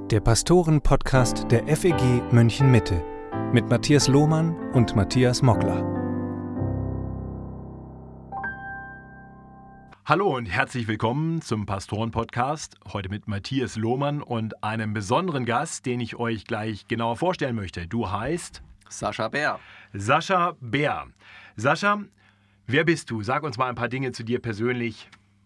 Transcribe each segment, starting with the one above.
Der Pastoren-Podcast der FEG München Mitte mit Matthias Lohmann und Matthias Mockler. Hallo und herzlich willkommen zum Pastoren-Podcast. Heute mit Matthias Lohmann und einem besonderen Gast, den ich euch gleich genauer vorstellen möchte. Du heißt? Sascha Bär. Sascha Bär. Sascha, wer bist du? Sag uns mal ein paar Dinge zu dir persönlich.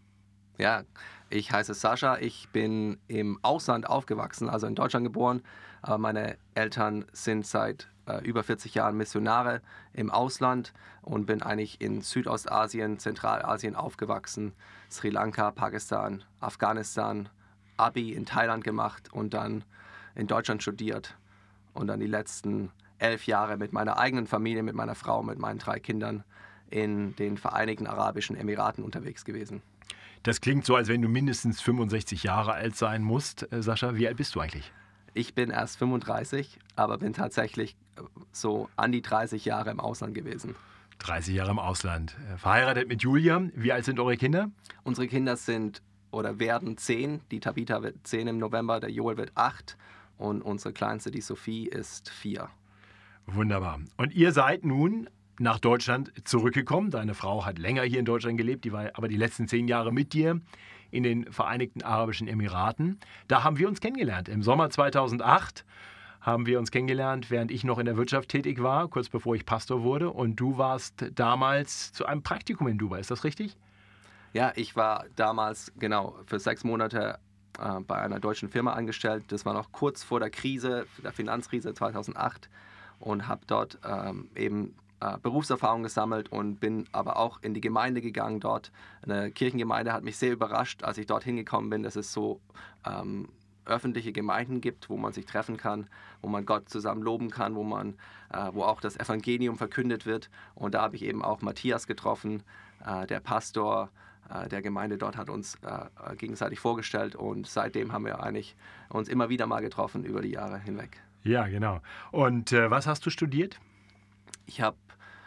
Ja, ich heiße Sascha. Ich bin im Ausland aufgewachsen, also in Deutschland geboren. Aber meine Eltern sind seit über 40 Jahren Missionare im Ausland und bin eigentlich in Südostasien, Zentralasien aufgewachsen. Sri Lanka, Pakistan, Afghanistan, Abi in Thailand gemacht und dann in Deutschland studiert. Und dann die letzten 11 Jahre mit meiner eigenen Familie, mit meiner Frau, mit meinen 3 Kindern in den Vereinigten Arabischen Emiraten unterwegs gewesen. Das klingt so, als wenn du mindestens 65 Jahre alt sein musst. Sascha, wie alt bist du eigentlich? Ich bin erst 35, aber bin tatsächlich so an die 30 Jahre im Ausland gewesen. 30 Jahre im Ausland. Verheiratet mit Julia. Wie alt sind eure Kinder? Unsere Kinder sind oder werden 10. Die Tabitha wird 10 im November, der Joel wird 8 und unsere Kleinste, die Sophie, ist 4. Wunderbar. Und ihr seid nun nach Deutschland zurückgekommen. Deine Frau hat länger hier in Deutschland gelebt, die war aber die letzten 10 Jahre mit dir in den Vereinigten Arabischen Emiraten. Da haben wir uns kennengelernt. Im Sommer 2008 haben wir uns kennengelernt, während ich noch in der Wirtschaft tätig war, kurz bevor ich Pastor wurde. Und du warst damals zu einem Praktikum in Dubai. Ist das richtig? Ja, ich war damals genau für 6 Monate bei einer deutschen Firma angestellt. Das war noch kurz vor der Krise, der Finanzkrise 2008 und habe dort eben Berufserfahrung gesammelt und bin aber auch in die Gemeinde gegangen dort. Eine Kirchengemeinde hat mich sehr überrascht, als ich dort hingekommen bin, dass es so öffentliche Gemeinden gibt, wo man sich treffen kann, wo man Gott zusammen loben kann, wo auch das Evangelium verkündet wird. Und da habe ich eben auch Matthias getroffen, der Pastor der Gemeinde dort hat uns gegenseitig vorgestellt und seitdem haben wir eigentlich uns immer wieder mal getroffen über die Jahre hinweg. Ja, genau. Und was hast du studiert? Ich habe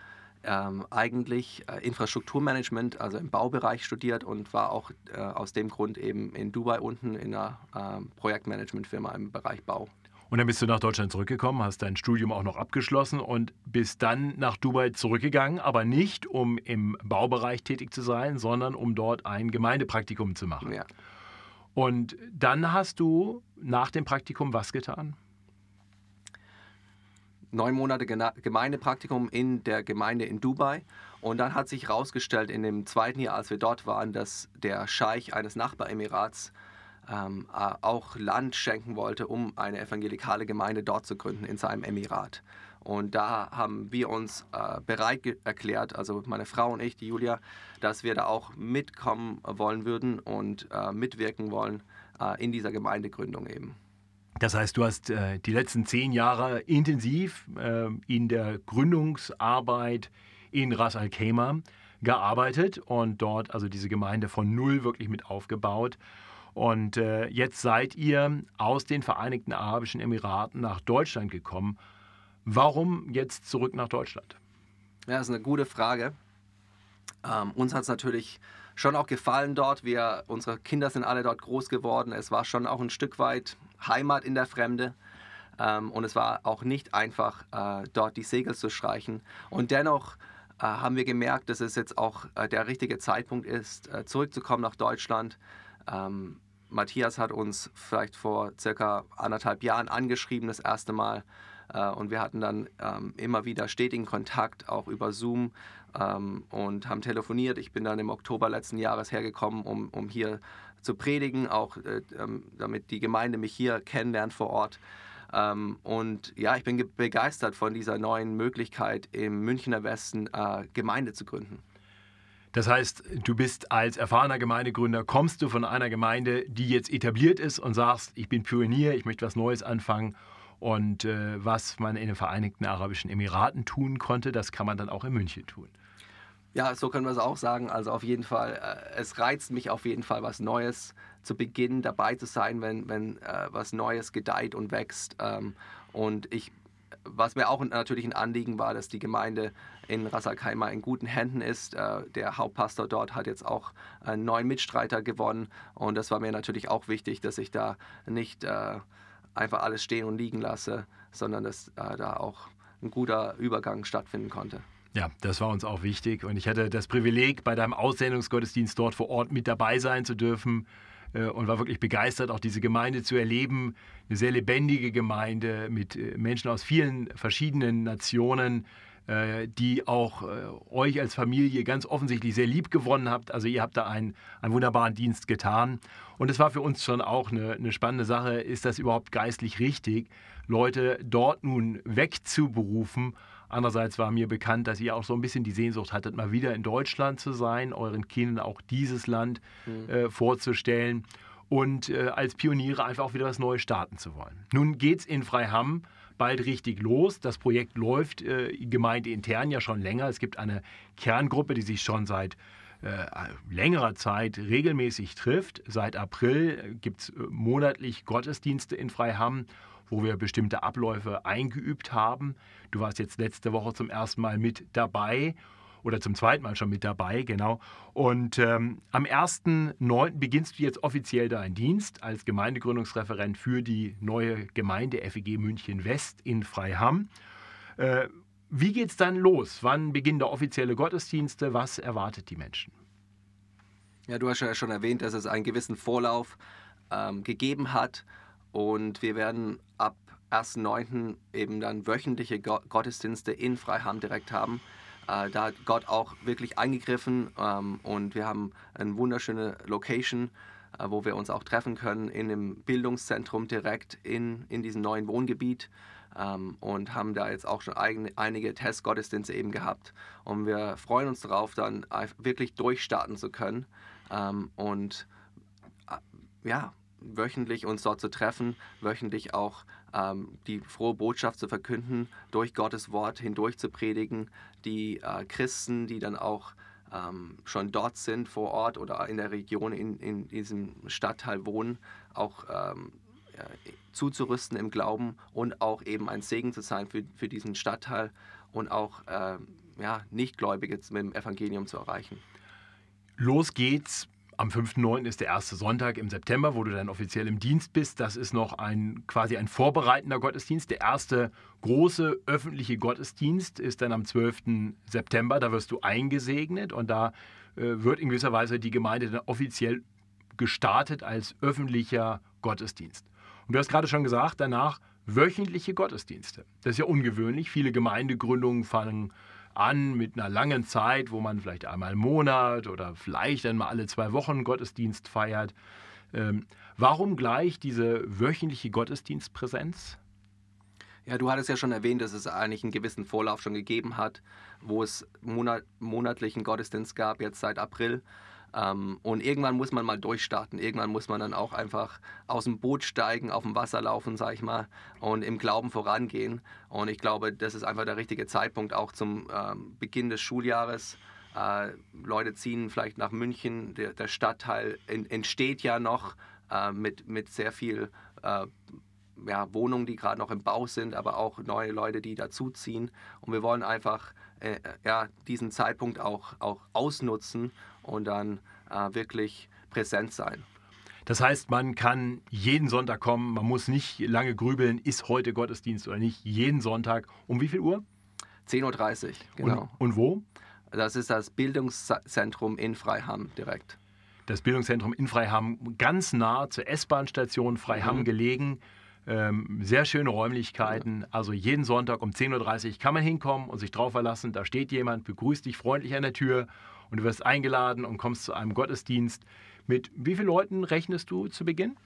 eigentlich Infrastrukturmanagement, also im Baubereich studiert und war auch aus dem Grund eben in Dubai unten in einer Projektmanagementfirma im Bereich Bau. Und dann bist du nach Deutschland zurückgekommen, hast dein Studium auch noch abgeschlossen und bist dann nach Dubai zurückgegangen, aber nicht, um im Baubereich tätig zu sein, sondern um dort ein Gemeindepraktikum zu machen. Ja. Und dann hast du nach dem Praktikum was getan? 9 Monate Gemeindepraktikum in der Gemeinde in Dubai. Und dann hat sich herausgestellt in dem 2. Jahr, als wir dort waren, dass der Scheich eines Nachbaremirats auch Land schenken wollte, um eine evangelikale Gemeinde dort zu gründen in seinem Emirat. Und da haben wir uns bereit erklärt, also meine Frau und ich, die Julia, dass wir da auch mitkommen wollen würden und mitwirken wollen in dieser Gemeindegründung eben. Das heißt, du hast die letzten 10 Jahre intensiv in der Gründungsarbeit in Ras Al Khaimah gearbeitet und dort also diese Gemeinde von null wirklich mit aufgebaut. Und jetzt seid ihr aus den Vereinigten Arabischen Emiraten nach Deutschland gekommen. Warum jetzt zurück nach Deutschland? Ja, das ist eine gute Frage. Uns hat es natürlich schon auch gefallen dort. Unsere Kinder sind alle dort groß geworden. Es war schon auch ein Stück weit Heimat in der Fremde. Und es war auch nicht einfach, dort die Segel zu streichen. Und dennoch haben wir gemerkt, dass es jetzt auch der richtige Zeitpunkt ist, zurückzukommen nach Deutschland. Matthias hat uns vielleicht vor circa 1,5 Jahren angeschrieben, das erste Mal. Und wir hatten dann immer wieder stetigen Kontakt, auch über Zoom und haben telefoniert. Ich bin dann im Oktober letzten Jahres hergekommen, um hier zu predigen, auch damit die Gemeinde mich hier kennenlernt vor Ort. Und ja, ich bin begeistert von dieser neuen Möglichkeit, im Münchner Westen Gemeinde zu gründen. Das heißt, du bist als erfahrener Gemeindegründer, kommst du von einer Gemeinde, die jetzt etabliert ist und sagst, ich bin Pionier, ich möchte was Neues anfangen. Und was man in den Vereinigten Arabischen Emiraten tun konnte, das kann man dann auch in München tun. Ja, so können wir es auch sagen. Also auf jeden Fall, es reizt mich auf jeden Fall, was Neues zu beginnen, dabei zu sein, wenn was Neues gedeiht und wächst. Und was mir auch natürlich ein Anliegen war, dass die Gemeinde in Ras Al Khaimah in guten Händen ist. Der Hauptpastor dort hat jetzt auch einen neuen Mitstreiter gewonnen. Und das war mir natürlich auch wichtig, dass ich da nicht einfach alles stehen und liegen lasse, sondern dass da auch ein guter Übergang stattfinden konnte. Ja, das war uns auch wichtig. Und ich hatte das Privileg, bei deinem Aussendungsgottesdienst dort vor Ort mit dabei sein zu dürfen und war wirklich begeistert, auch diese Gemeinde zu erleben. Eine sehr lebendige Gemeinde mit Menschen aus vielen verschiedenen Nationen, die auch euch als Familie ganz offensichtlich sehr lieb gewonnen habt. Also ihr habt da einen wunderbaren Dienst getan. Und es war für uns schon auch eine spannende Sache. Ist das überhaupt geistlich richtig, Leute dort nun wegzuberufen? Andererseits war mir bekannt, dass ihr auch so ein bisschen die Sehnsucht hattet, mal wieder in Deutschland zu sein, euren Kindern auch dieses Land vorzustellen und als Pioniere einfach auch wieder was Neues starten zu wollen. Nun geht's in Freiham bald richtig los. Das Projekt läuft gemeindeintern ja schon länger. Es gibt eine Kerngruppe, die sich schon seit längerer Zeit regelmäßig trifft. Seit April gibt es monatlich Gottesdienste in Freiham, wo wir bestimmte Abläufe eingeübt haben. Du warst jetzt letzte Woche zum ersten Mal mit dabei oder zum zweiten Mal schon mit dabei, genau. Und am 1.9. beginnst du jetzt offiziell deinen Dienst als Gemeindegründungsreferent für die neue Gemeinde FEG München West in Freiham. Wie geht's dann los? Wann beginnen da offizielle Gottesdienste? Was erwartet die Menschen? Ja, du hast ja schon erwähnt, dass es einen gewissen Vorlauf gegeben hat. Und wir werden ab 1.9. eben dann wöchentliche Gottesdienste in Freiham direkt haben. Da hat Gott auch wirklich eingegriffen und wir haben eine wunderschöne Location, wo wir uns auch treffen können in dem Bildungszentrum direkt in diesem neuen Wohngebiet und haben da jetzt auch schon einige Testgottesdienste eben gehabt. Und wir freuen uns darauf, dann wirklich durchstarten zu können und wöchentlich uns dort zu treffen, wöchentlich auch die frohe Botschaft zu verkünden, durch Gottes Wort hindurch zu predigen, die Christen, die dann auch schon dort sind vor Ort oder in der Region, in diesem Stadtteil wohnen, auch zuzurüsten im Glauben und auch eben ein Segen zu sein für diesen Stadtteil und auch Nichtgläubige mit dem Evangelium zu erreichen. Los geht's. Am 5.9. ist der erste Sonntag im September, wo du dann offiziell im Dienst bist. Das ist noch quasi ein vorbereitender Gottesdienst. Der erste große öffentliche Gottesdienst ist dann am 12. September. Da wirst du eingesegnet und da wird in gewisser Weise die Gemeinde dann offiziell gestartet als öffentlicher Gottesdienst. Und du hast gerade schon gesagt, danach wöchentliche Gottesdienste. Das ist ja ungewöhnlich. Viele Gemeindegründungen fangen an mit einer langen Zeit, wo man vielleicht einmal im Monat oder vielleicht dann mal alle 2 Wochen Gottesdienst feiert. Warum gleich diese wöchentliche Gottesdienstpräsenz? Ja, du hattest ja schon erwähnt, dass es eigentlich einen gewissen Vorlauf schon gegeben hat, wo es monatlichen Gottesdienst gab, jetzt seit April. Und irgendwann muss man mal durchstarten. Irgendwann muss man dann auch einfach aus dem Boot steigen, auf dem Wasser laufen, sag ich mal, und im Glauben vorangehen. Und ich glaube, das ist einfach der richtige Zeitpunkt auch zum Beginn des Schuljahres. Leute ziehen vielleicht nach München. Der Stadtteil entsteht ja noch mit sehr viel Wohnungen, die gerade noch im Bau sind, aber auch neue Leute, die dazuziehen. Und wir wollen einfach diesen Zeitpunkt auch ausnutzen und dann wirklich präsent sein. Das heißt, man kann jeden Sonntag kommen, man muss nicht lange grübeln, ist heute Gottesdienst oder nicht. Jeden Sonntag. Um wie viel Uhr? 10.30 Uhr, genau. Und wo? Das ist das Bildungszentrum in Freiham direkt. Das Bildungszentrum in Freiham, ganz nah zur S-Bahn-Station Freiham gelegen. Sehr schöne Räumlichkeiten. Ja. Also jeden Sonntag um 10.30 Uhr kann man hinkommen und sich drauf verlassen. Da steht jemand, begrüßt dich freundlich an der Tür und du wirst eingeladen und kommst zu einem Gottesdienst. Mit wie vielen Leuten rechnest du zu Beginn?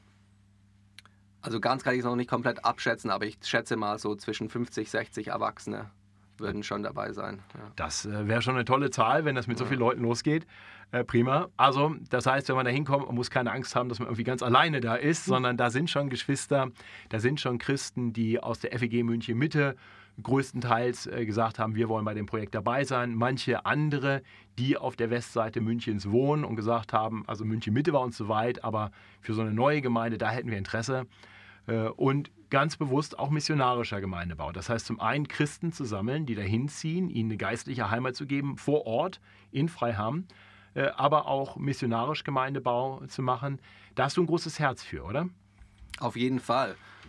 Also ganz kann ich es noch nicht komplett abschätzen, aber ich schätze mal so zwischen 50, 60 Erwachsene würden schon dabei sein. Ja. Das wäre schon eine tolle Zahl, wenn das mit so vielen Leuten losgeht. Prima. Also das heißt, wenn man da hinkommt, man muss keine Angst haben, dass man irgendwie ganz alleine da ist, sondern da sind schon Geschwister, da sind schon Christen, die aus der FEG München Mitte größtenteils gesagt haben, wir wollen bei dem Projekt dabei sein. Manche andere, die auf der Westseite Münchens wohnen und gesagt haben, also München Mitte war uns zu weit, aber für so eine neue Gemeinde, da hätten wir Interesse. Und ganz bewusst auch missionarischer Gemeindebau. Das heißt, zum einen Christen zu sammeln, die dahin ziehen, ihnen eine geistliche Heimat zu geben, vor Ort in Freiham, aber auch missionarisch Gemeindebau zu machen. Da hast du ein großes Herz für, oder? Auf jeden Fall.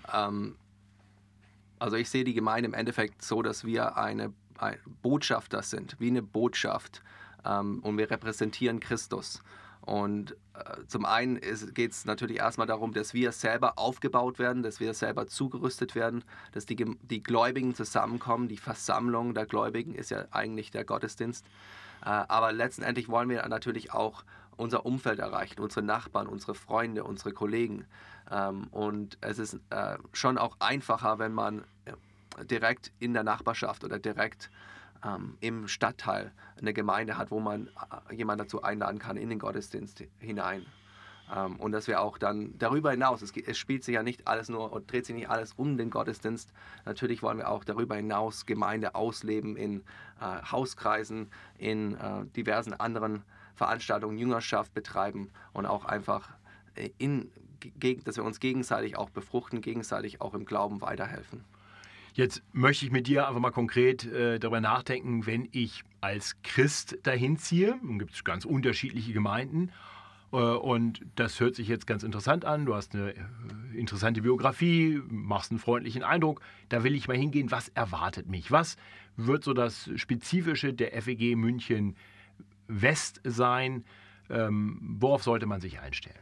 Also ich sehe die Gemeinde im Endeffekt so, dass wir ein Botschafter sind, wie eine Botschaft. Und wir repräsentieren Christus. Und zum einen geht es natürlich erstmal darum, dass wir selber aufgebaut werden, dass wir selber zugerüstet werden, dass die Gläubigen zusammenkommen. Die Versammlung der Gläubigen ist ja eigentlich der Gottesdienst. Aber letztendlich wollen wir natürlich auch unser Umfeld erreichen, unsere Nachbarn, unsere Freunde, unsere Kollegen. Und es ist schon auch einfacher, wenn man direkt in der Nachbarschaft oder direkt im Stadtteil eine Gemeinde hat, wo man jemanden dazu einladen kann in den Gottesdienst hinein. Und dass wir auch dann darüber hinaus, es spielt sich ja nicht alles nur und dreht sich nicht alles um den Gottesdienst. Natürlich wollen wir auch darüber hinaus Gemeinde ausleben in Hauskreisen, in diversen anderen Veranstaltungen, Jüngerschaft betreiben und auch einfach dass wir uns gegenseitig auch befruchten, gegenseitig auch im Glauben weiterhelfen. Jetzt möchte ich mit dir einfach mal konkret darüber nachdenken, wenn ich als Christ dahin ziehe. Dann gibt es ganz unterschiedliche Gemeinden. Und das hört sich jetzt ganz interessant an. Du hast eine interessante Biografie, machst einen freundlichen Eindruck. Da will ich mal hingehen. Was erwartet mich? Was wird so das Spezifische der FEG München West sein? Worauf sollte man sich einstellen?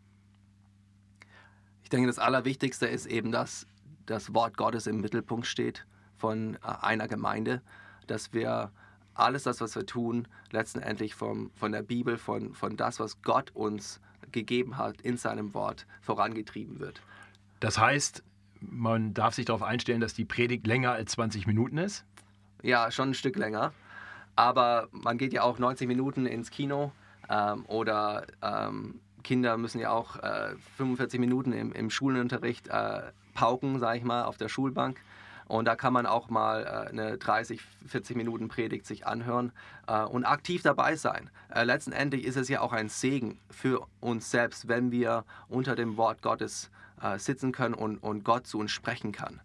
Ich denke, das Allerwichtigste ist eben, dass das Wort Gottes im Mittelpunkt steht von einer Gemeinde, dass wir alles das, was wir tun, letztendlich von der Bibel, von das, was Gott uns gegeben hat in seinem Wort, vorangetrieben wird. Das heißt, man darf sich darauf einstellen, dass die Predigt länger als 20 Minuten ist? Ja, schon ein Stück länger. Aber man geht ja auch 90 Minuten ins Kino oder Kinder müssen ja auch 45 Minuten im Schulunterricht pauken, sage ich mal, auf der Schulbank. Und da kann man auch mal eine 30, 40 Minuten Predigt sich anhören und aktiv dabei sein. Letztendlich ist es ja auch ein Segen für uns selbst, wenn wir unter dem Wort Gottes sitzen können und Gott zu uns sprechen kann.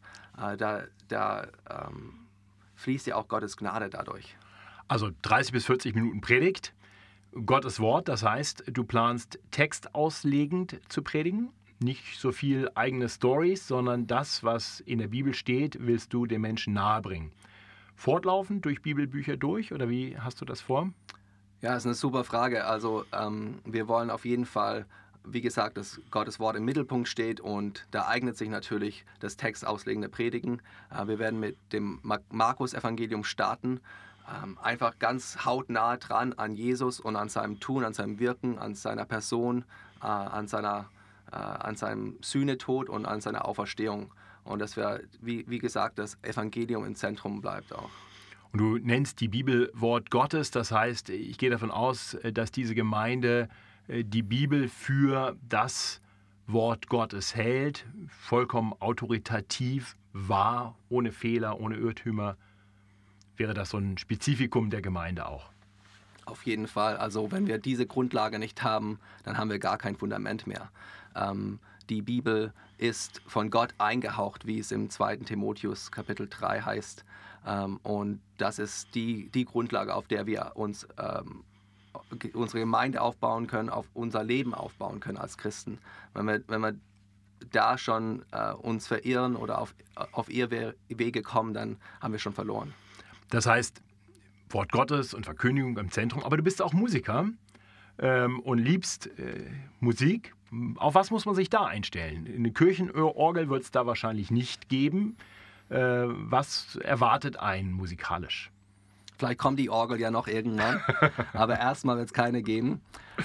Da fließt ja auch Gottes Gnade dadurch. Also 30 bis 40 Minuten Predigt, Gottes Wort, das heißt, du planst textauslegend zu predigen? Nicht so viel eigene Storys, sondern das, was in der Bibel steht, willst du den Menschen nahebringen. Fortlaufend durch Bibelbücher durch oder wie hast du das vor? Ja, das ist eine super Frage. Also wir wollen auf jeden Fall, wie gesagt, dass Gottes Wort im Mittelpunkt steht und da eignet sich natürlich das textauslegende Predigen. Wir werden mit dem Markus-Evangelium starten, einfach ganz hautnah dran an Jesus und an seinem Tun, an seinem Wirken, an seiner Person, an seinem Sühnetod und an seiner Auferstehung. Und dass wir, wie gesagt, das Evangelium im Zentrum bleibt auch. Und du nennst die Bibel Wort Gottes, das heißt, ich gehe davon aus, dass diese Gemeinde die Bibel für das Wort Gottes hält, vollkommen autoritativ, wahr, ohne Fehler, ohne Irrtümer. Wäre das so ein Spezifikum der Gemeinde auch? Auf jeden Fall. Also wenn wir diese Grundlage nicht haben, dann haben wir gar kein Fundament mehr. Die Bibel ist von Gott eingehaucht, wie es im 2. Timotheus Kapitel 3 heißt. Und das ist die Grundlage, auf der wir unsere Gemeinde aufbauen können, auf unser Leben aufbauen können als Christen. Wenn wir da schon uns verirren oder auf Irrwege kommen, dann haben wir schon verloren. Das heißt, Wort Gottes und Verkündigung im Zentrum, aber du bist auch Musiker und liebst Musik. Auf was muss man sich da einstellen? Eine Kirchenorgel wird es da wahrscheinlich nicht geben. Was erwartet einen musikalisch? Vielleicht kommt die Orgel ja noch irgendwann, aber erstmal wird es keine geben.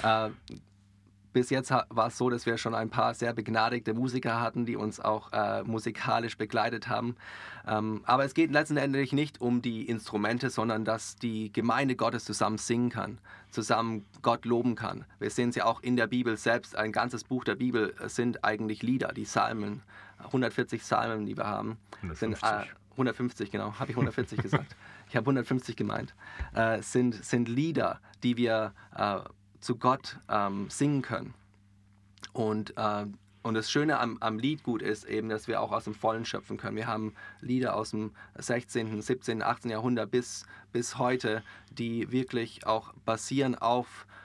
Bis jetzt war es so, dass wir schon ein paar sehr begnadigte Musiker hatten, die uns auch musikalisch begleitet haben. Aber es geht letztendlich nicht um die Instrumente, sondern dass die Gemeinde Gottes zusammen singen kann, zusammen Gott loben kann. Wir sehen es ja auch in der Bibel selbst. Ein ganzes Buch der Bibel sind eigentlich Lieder, die Psalmen, 140 Psalmen, die wir haben. 150. 150, genau, habe ich 140 gesagt. Ich habe 150 gemeint. Sind Lieder, die wir zu Gott singen können. Und das Schöne am Liedgut ist eben, dass wir auch aus dem Vollen schöpfen können. Wir haben Lieder aus dem 16., 17., 18. Jahrhundert bis heute, die wirklich auch basieren auf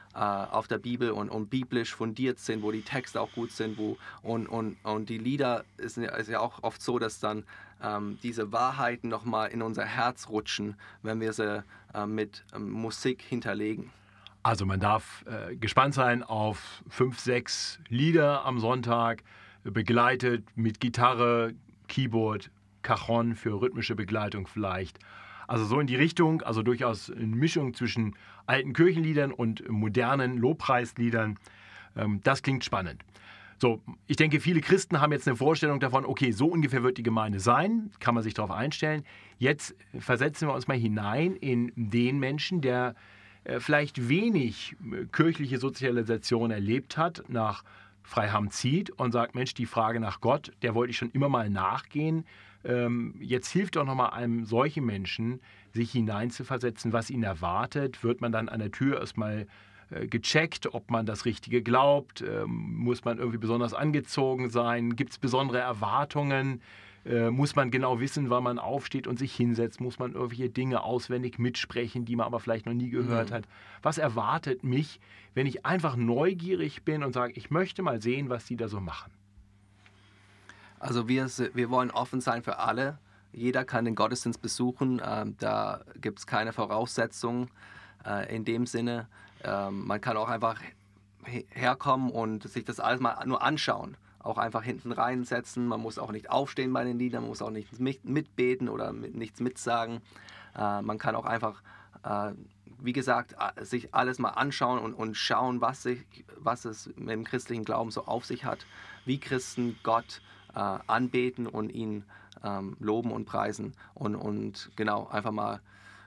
auf der Bibel und biblisch fundiert sind, wo die Texte auch gut sind, und die Lieder ist ja auch oft so, dass dann diese Wahrheiten nochmal in unser Herz rutschen, wenn wir sie mit Musik hinterlegen. Also man darf gespannt sein auf 5, 6 Lieder am Sonntag, begleitet mit Gitarre, Keyboard, Cajon für rhythmische Begleitung vielleicht. Also so in die Richtung, also durchaus eine Mischung zwischen alten Kirchenliedern und modernen Lobpreisliedern. Das klingt spannend. So, ich denke, viele Christen haben jetzt eine Vorstellung davon, okay, so ungefähr wird die Gemeinde sein, kann man sich darauf einstellen. Jetzt versetzen wir uns mal hinein in den Menschen, der vielleicht wenig kirchliche Sozialisation erlebt hat, nach Freiham zieht und sagt, Mensch, die Frage nach Gott, der wollte ich schon immer mal nachgehen. Jetzt hilft doch nochmal einem solchen Menschen, sich hineinzuversetzen, was ihn erwartet. Wird man dann an der Tür erstmal gecheckt, ob man das Richtige glaubt? Muss man irgendwie besonders angezogen sein? Gibt es besondere Erwartungen? Muss man genau wissen, wann man aufsteht und sich hinsetzt? Muss man irgendwelche Dinge auswendig mitsprechen, die man aber vielleicht noch nie gehört hat? Was erwartet mich, wenn ich einfach neugierig bin und sage, ich möchte mal sehen, was die da so machen? Also wir wollen offen sein für alle. Jeder kann den Gottesdienst besuchen. Da gibt es keine Voraussetzungen in dem Sinne. Man kann auch einfach herkommen und sich das alles mal nur anschauen. Auch einfach hinten reinsetzen. Man muss auch nicht aufstehen bei den Liedern, man muss auch nicht mitbeten oder nichts mitsagen. Man kann auch einfach, wie gesagt, sich alles mal anschauen und schauen, was es mit dem christlichen Glauben so auf sich hat, wie Christen Gott anbeten und ihn loben und preisen und genau, einfach mal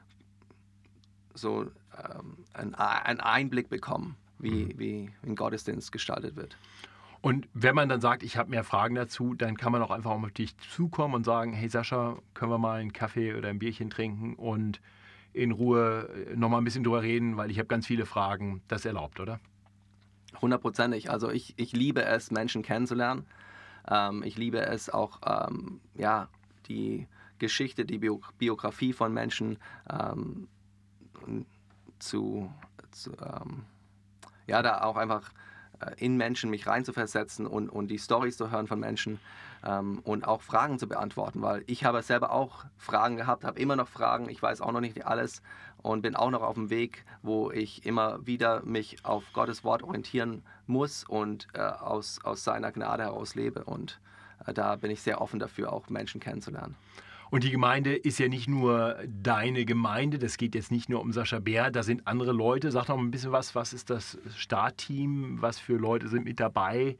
so einen Einblick bekommen, wie ein Gottesdienst gestaltet wird. Und wenn man dann sagt, ich habe mehr Fragen dazu, dann kann man auch einfach auf dich zukommen und sagen, hey Sascha, können wir mal einen Kaffee oder ein Bierchen trinken und in Ruhe nochmal ein bisschen drüber reden, weil ich habe ganz viele Fragen. Das ist erlaubt, oder? 100%. Also ich liebe es, Menschen kennenzulernen. Ich liebe es auch, die Geschichte, die Biografie von Menschen da auch einfach in Menschen mich reinzuversetzen und die Storys zu hören von Menschen und auch Fragen zu beantworten, weil ich habe selber auch Fragen gehabt, habe immer noch Fragen, ich weiß auch noch nicht alles und bin auch noch auf dem Weg, wo ich immer wieder mich auf Gottes Wort orientieren muss und aus seiner Gnade heraus lebe, und da bin ich sehr offen dafür, auch Menschen kennenzulernen. Und die Gemeinde ist ja nicht nur deine Gemeinde, das geht jetzt nicht nur um Sascha Bär, da sind andere Leute. Sag doch mal ein bisschen was ist das Startteam, was für Leute sind mit dabei?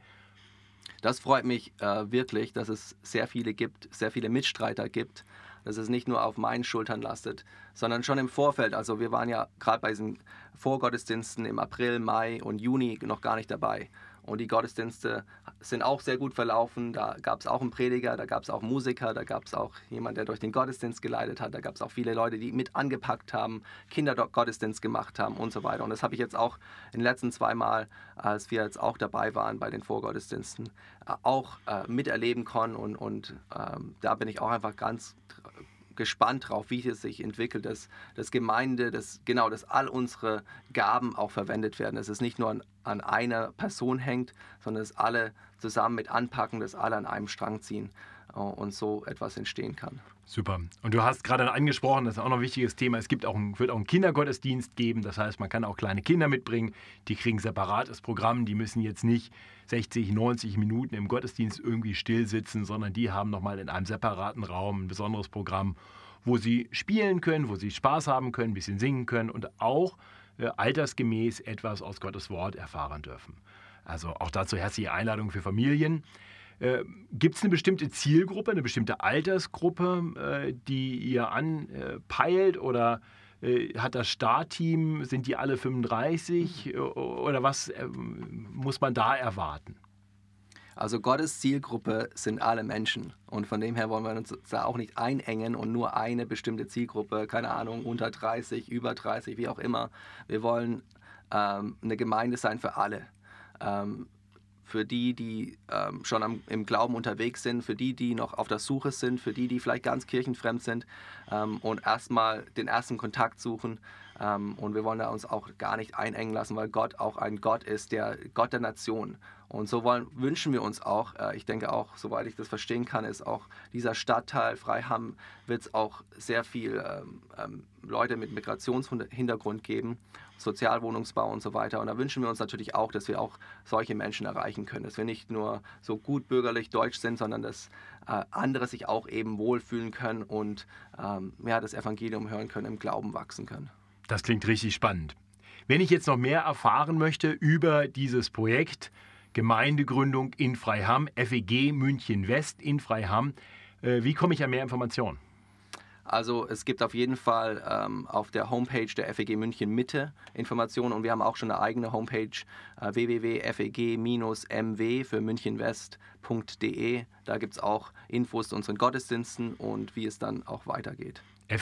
Das freut mich wirklich, dass es sehr viele gibt, sehr viele Mitstreiter gibt, dass es nicht nur auf meinen Schultern lastet, sondern schon im Vorfeld. Also wir waren ja gerade bei diesen Vorgottesdiensten im April, Mai und Juni noch gar nicht dabei. Und die Gottesdienste sind auch sehr gut verlaufen. Da gab es auch einen Prediger, da gab es auch Musiker, da gab es auch jemanden, der durch den Gottesdienst geleitet hat. Da gab es auch viele Leute, die mit angepackt haben, Kindergottesdienst gemacht haben und so weiter. Und das habe ich jetzt auch in den letzten 2 Mal, als wir jetzt auch dabei waren bei den Vorgottesdiensten, auch miterleben können. Und da bin ich auch einfach ganz gespannt drauf, wie es sich entwickelt, dass Gemeinde, dass all unsere Gaben auch verwendet werden, dass es nicht nur an einer Person hängt, sondern dass alle zusammen mit anpacken, dass alle an einem Strang ziehen und so etwas entstehen kann. Super. Und du hast gerade angesprochen, das ist auch noch ein wichtiges Thema, wird auch einen Kindergottesdienst geben, das heißt, man kann auch kleine Kinder mitbringen, die kriegen separates Programm, die müssen jetzt nicht 60, 90 Minuten im Gottesdienst irgendwie still sitzen, sondern die haben nochmal in einem separaten Raum ein besonderes Programm, wo sie spielen können, wo sie Spaß haben können, ein bisschen singen können und auch altersgemäß etwas aus Gottes Wort erfahren dürfen. Also auch dazu herzliche Einladung für Familien. Gibt es eine bestimmte Zielgruppe, eine bestimmte Altersgruppe, die ihr anpeilt, oder hat das Startteam, sind die alle 35 oder was muss man da erwarten? Also Gottes Zielgruppe sind alle Menschen, und von dem her wollen wir uns da auch nicht einengen und nur eine bestimmte Zielgruppe, keine Ahnung, unter 30, über 30, wie auch immer. Wir wollen eine Gemeinde sein für alle. Für die schon im Glauben unterwegs sind, für die noch auf der Suche sind, für die vielleicht ganz kirchenfremd sind und erstmal den ersten Kontakt suchen. Und wir wollen da uns auch gar nicht einengen lassen, weil Gott auch ein Gott ist, der Gott der Nation. Und so wünschen wir uns auch, ich denke auch, soweit ich das verstehen kann, ist auch dieser Stadtteil Freiham, wird es auch sehr viel Leute mit Migrationshintergrund geben, Sozialwohnungsbau und so weiter. Und da wünschen wir uns natürlich auch, dass wir auch solche Menschen erreichen können, dass wir nicht nur so gut bürgerlich deutsch sind, sondern dass andere sich auch eben wohlfühlen können und das Evangelium hören können, im Glauben wachsen können. Das klingt richtig spannend. Wenn ich jetzt noch mehr erfahren möchte über dieses Projekt Gemeindegründung in Freiham, FEG München West in Freiham, wie komme ich an mehr Informationen? Also es gibt auf jeden Fall auf der Homepage der FEG München Mitte Informationen und wir haben auch schon eine eigene Homepage www.feg-mw für münchenwest.de. Da gibt es auch Infos zu unseren Gottesdiensten und wie es dann auch weitergeht.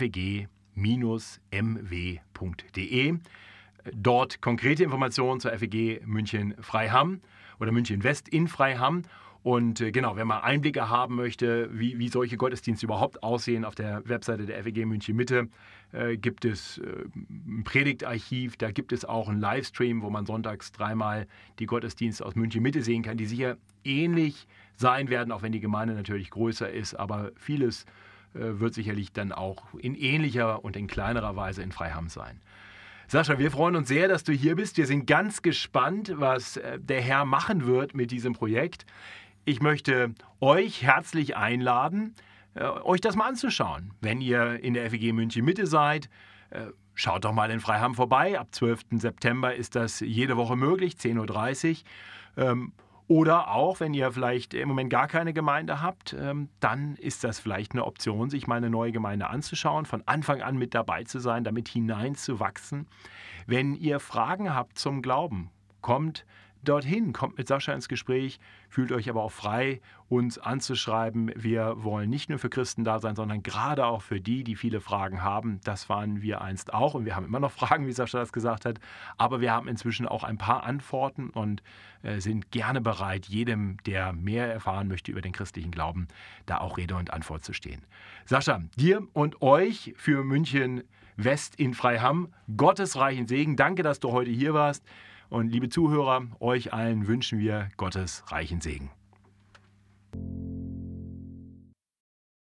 feg-mw.de. Dort konkrete Informationen zur FEG München Freiham oder München West in Freiham. Und genau, wenn man Einblicke haben möchte, wie solche Gottesdienste überhaupt aussehen, auf der Webseite der FEG München Mitte gibt es ein Predigtarchiv, da gibt es auch einen Livestream, wo man sonntags dreimal die Gottesdienste aus München Mitte sehen kann, die sicher ähnlich sein werden, auch wenn die Gemeinde natürlich größer ist, aber vieles wird sicherlich dann auch in ähnlicher und in kleinerer Weise in Freiham sein. Sascha, wir freuen uns sehr, dass du hier bist. Wir sind ganz gespannt, was der Herr machen wird mit diesem Projekt. Ich möchte euch herzlich einladen, euch das mal anzuschauen. Wenn ihr in der FEG München Mitte seid, schaut doch mal in Freiham vorbei. Ab 12. September ist das jede Woche möglich, 10.30 Uhr. Oder auch, wenn ihr vielleicht im Moment gar keine Gemeinde habt, dann ist das vielleicht eine Option, sich mal eine neue Gemeinde anzuschauen, von Anfang an mit dabei zu sein, damit hineinzuwachsen. Wenn ihr Fragen habt zum Glauben, kommt dorthin, kommt mit Sascha ins Gespräch, fühlt euch aber auch frei, uns anzuschreiben. Wir wollen nicht nur für Christen da sein, sondern gerade auch für die, die viele Fragen haben. Das waren wir einst auch und wir haben immer noch Fragen, wie Sascha das gesagt hat, aber wir haben inzwischen auch ein paar Antworten und sind gerne bereit, jedem, der mehr erfahren möchte über den christlichen Glauben, da auch Rede und Antwort zu stehen. Sascha, dir und euch für München West in Freiham Gottes reichen Segen. Danke, dass du heute hier warst. Und liebe Zuhörer, euch allen wünschen wir Gottes reichen Segen.